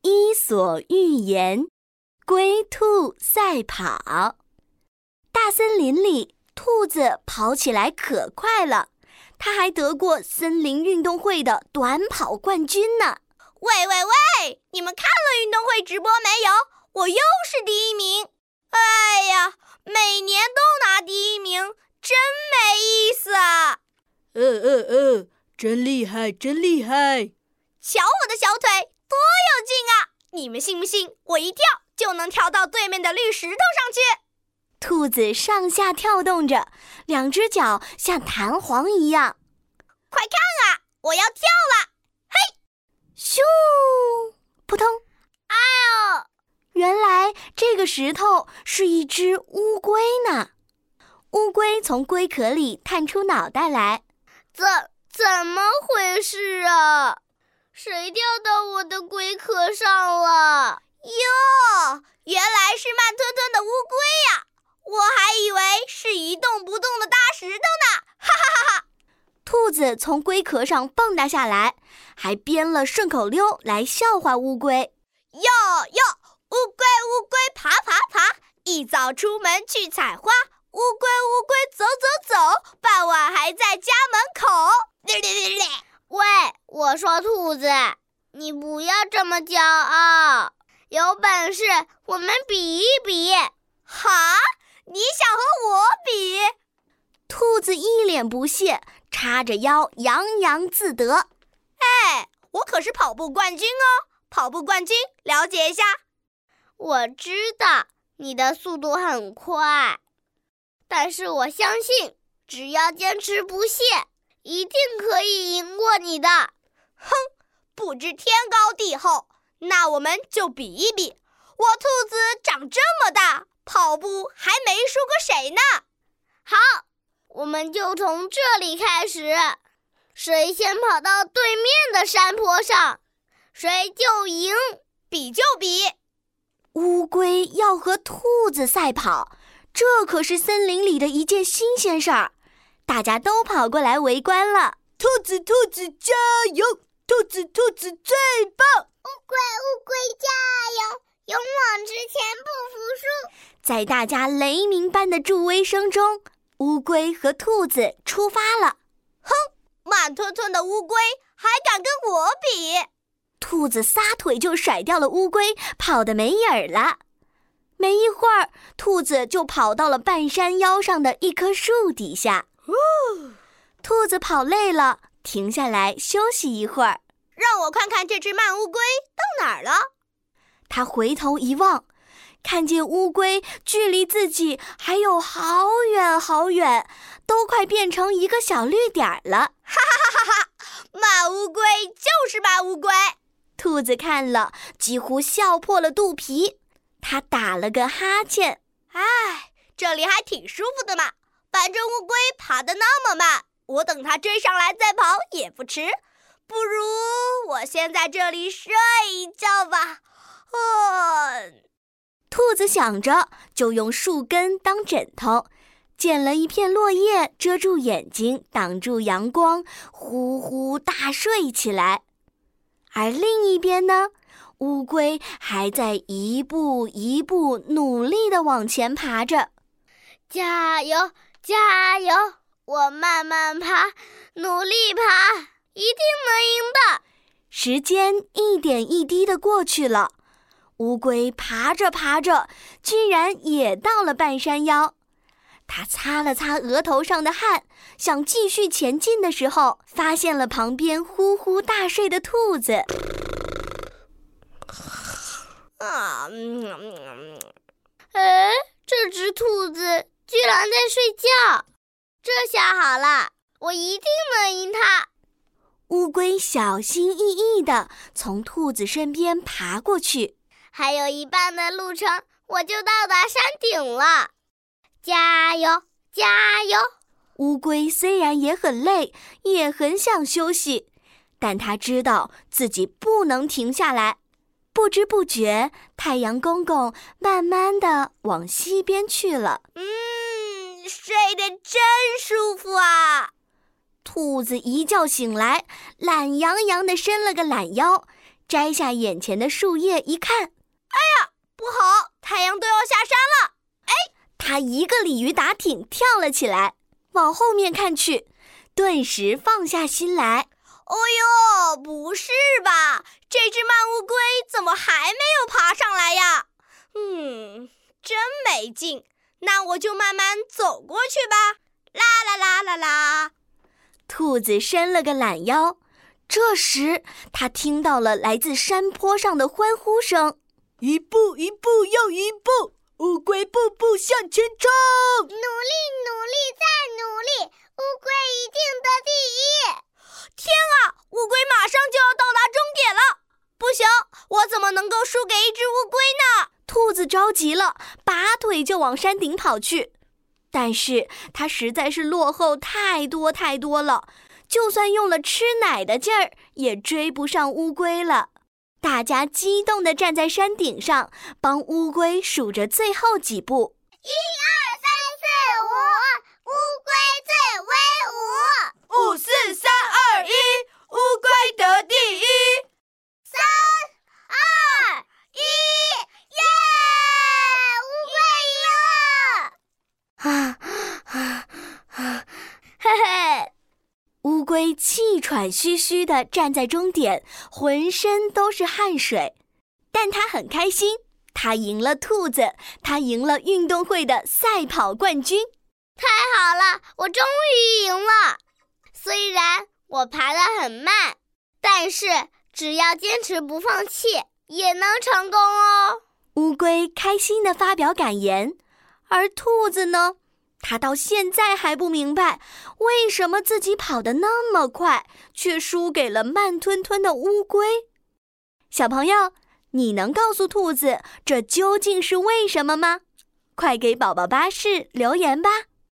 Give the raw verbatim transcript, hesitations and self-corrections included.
伊索寓言：龟兔赛跑。大森林里，兔子跑起来可快了，它还得过森林运动会的短跑冠军呢。 喂喂喂，你们看了运动会直播没有？我又是第一名。哎呀，每年都拿第一名，真没意思啊！ 呃呃呃，真厉害，真厉害！ 瞧我的小腿，多有劲啊！你们信不信，我一跳就能跳到对面的绿石头上去？ 兔子上下跳动着，两只脚像弹簧一样。 快看啊，我要跳了！嘿， 咻，扑通！ 哎呦！ 原来这个石头是一只乌龟呢。乌龟从龟壳里探出脑袋来。 怎怎么回事啊？谁掉到我的龟壳上了？哟，原来是慢吞吞的乌龟呀！我还以为是一动不动的大石头呢，哈哈哈哈！ 兔子从龟壳上蹦跶下来，还编了顺口溜来笑话乌龟。 哟哟，乌龟乌龟爬爬爬，一早出门去采花。乌龟乌龟走走走，傍晚还在家门口。喂，我说兔子，你不要这么骄傲，有本事我们比一比。哈？你想和我比？ 兔子一脸不屑，叉着腰洋洋自得。 哎，我可是跑步冠军哦，跑步冠军，了解一下。我知道你的速度很快，但是我相信只要坚持不懈，一定可以赢过你的。哼，不知天高地厚，那我们就比一比。我兔子长这么大，跑步还没输过谁呢。好，我们就从这里开始，谁先跑到对面的山坡上，谁就赢，比就比。 乌龟要和兔子赛跑，这可是森林里的一件新鲜事儿，大家都跑过来围观了。 兔子兔子加油，兔子兔子最棒！ 乌龟乌龟加油，勇往直前不服输。 在大家雷鸣般的助威声中，乌龟和兔子出发了。 哼，慢吞吞的乌龟还敢跟我比？ 兔子撒腿就甩掉了乌龟，跑得没影儿了。没一会儿，兔子就跑到了半山腰上的一棵树底下。 哦， 兔子跑累了，停下来休息一会儿。 让我看看这只慢乌龟到哪儿了。 他回头一望，看见乌龟距离自己还有好远好远，都快变成一个小绿点了。 哈哈哈哈！慢乌龟就是慢乌龟。 兔子看了，几乎笑破了肚皮。他打了个哈欠。 唉，这里还挺舒服的嘛。反正乌龟爬得那么慢，我等它追上来再跑也不迟。不如我先在这里睡一觉吧。哦， 兔子想着，就用树根当枕头，捡了一片落叶遮住眼睛，挡住阳光，呼呼大睡起来。而另一边呢，乌龟还在一步一步努力地往前爬着。 加油，加油！我慢慢爬，努力爬，一定能赢的。 时间一点一滴地过去了，乌龟爬着爬着，居然也到了半山腰。它擦了擦额头上的汗，想继续前进的时候，发现了旁边呼呼大睡的兔子。 啊，嗯嗯、哎，这只兔子居然在睡觉，这下好了，我一定能赢它。 乌龟小心翼翼地从兔子身边爬过去， 还有一半的路程，我就到达山顶了。加油，加油！ 乌龟虽然也很累，也很想休息，但它知道自己不能停下来。不知不觉，太阳公公慢慢地往西边去了。 嗯，睡得真舒服啊！ 兔子一觉醒来，懒洋洋地伸了个懒腰， 摘下眼前的树叶一看， 哎呀，不好，太阳都要下山了！哎， 他一个鲤鱼打挺跳了起来，往后面看去，顿时放下心来。 哦呦，不是吧？这只慢乌龟怎么还没有爬上来呀？嗯，真没劲。那我就慢慢走过去吧。啦啦啦啦啦！ 兔子伸了个懒腰，这时他听到了来自山坡上的欢呼声。 一步一步又一步，乌龟步步向前冲！ 努力努力再努力，乌龟一定得第一！天啊，乌龟马上就要到达终点了！不行，我怎么能够输给一只乌龟呢？ 兔子着急了，拔腿就往山顶跑去。但是它实在是落后太多太多了，就算用了吃奶的劲儿，也追不上乌龟了。大家激动地站在山顶上，帮乌龟数着最后几步。 一二三四五，乌龟最威武！ 五四三二一，乌龟得第一！ 三二一，耶！乌龟赢了！啊啊啊！嘿嘿。 乌龟气喘吁吁地站在终点，浑身都是汗水，但它很开心，它赢了兔子，它赢了运动会的赛跑冠军。 太好了，我终于赢了！虽然我爬得很慢，但是只要坚持不放弃，也能成功哦。 乌龟开心地发表感言，而兔子呢？他到现在还不明白，为什么自己跑得那么快，却输给了慢吞吞的乌龟。小朋友，你能告诉兔子这究竟是为什么吗？快给宝宝巴士留言吧。